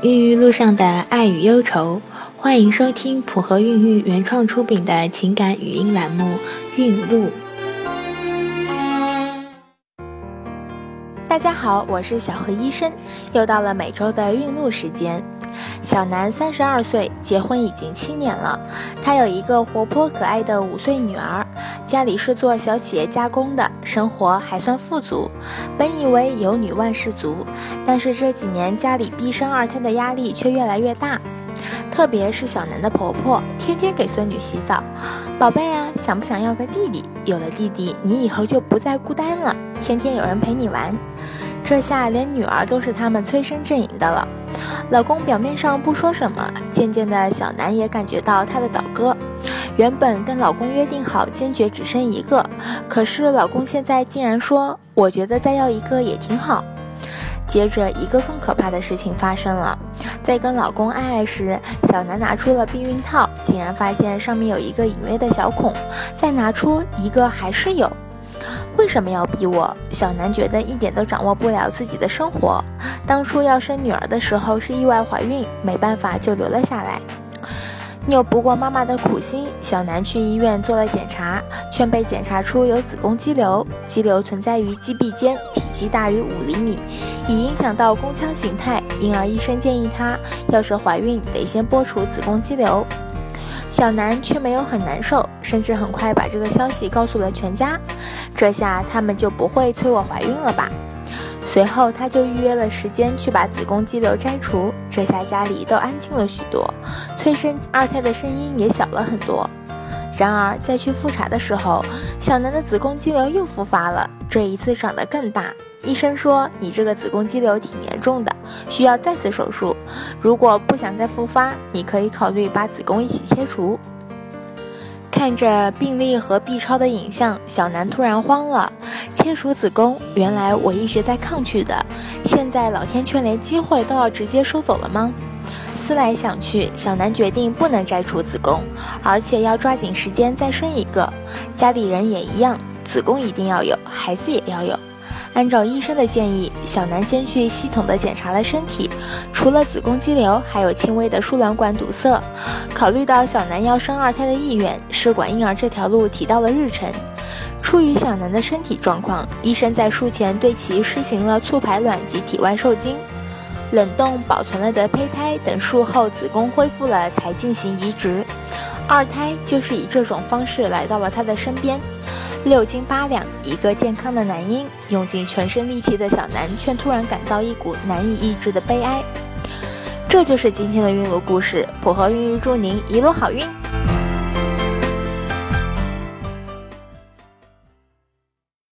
孕育路上的爱与忧愁，欢迎收听普和孕育原创出品的情感语音栏目《孕路》。 大家好，我是小何医生，又到了每周的孕路时间。小南32岁，结婚已经7年了。他有一个活泼可爱的5岁女儿，家里是做小企业加工的，生活还算富足。本以为有女万事足，但是这几年家里逼生2胎的压力却越来越大。特别是小南的婆婆，天天给孙女洗澡，宝贝啊，想不想要个弟弟？有了弟弟，你以后就不再孤单了，天天有人陪你玩。这下连女儿都是他们催生阵营的了。老公表面上不说什么，渐渐的小南也感觉到他的倒戈。原本跟老公约定好坚决只生1个，可是老公现在竟然说，我觉得再要1个也挺好。接着一个更可怕的事情发生了，在跟老公爱爱时，小南拿出了避孕套，竟然发现上面有一个隐约的小孔，再拿出1个还是有。为什么要逼我？小南觉得一点都掌握不了自己的生活。当初要生女儿的时候是意外怀孕，没办法就留了下来。拗不过妈妈的苦心，小南去医院做了检查，却被检查出有子宫肌瘤，肌瘤存在于肌壁间，体积大于5厘米，已影响到宫腔形态，因而医生建议她要是怀孕得先剥除子宫肌瘤。小南却没有很难受，甚至很快把这个消息告诉了全家。这下他们就不会催我怀孕了吧？随后他就预约了时间去把子宫肌瘤摘除，这下家里都安静了许多，催生2胎的声音也小了很多。然而再去复查的时候，小南的子宫肌瘤又复发了，这一次长得更大。医生说，你这个子宫肌瘤挺严重的，需要再次手术。如果不想再复发，你可以考虑把子宫一起切除。看着病历和 B 超的影像，小南突然慌了。切除子宫，原来我一直在抗拒的，现在老天却连机会都要直接收走了吗？思来想去，小南决定不能摘除子宫，而且要抓紧时间再生1个。家里人也一样，子宫一定要有，孩子也要有。按照医生的建议，小南先去系统的检查了身体，除了子宫肌瘤，还有轻微的输卵管堵塞。考虑到小南要生2胎的意愿，试管婴儿这条路提到了日程。出于小南的身体状况，医生在术前对其施行了促排卵及体外受精、冷冻保存了的胚胎等，术后子宫恢复了才进行移植。2胎就是以这种方式来到了他的身边。6斤8两，一个健康的男婴，用尽全身力气的小南却突然感到一股难以抑制的悲哀。这就是今天的孕路故事，普和孕育祝您一路好运。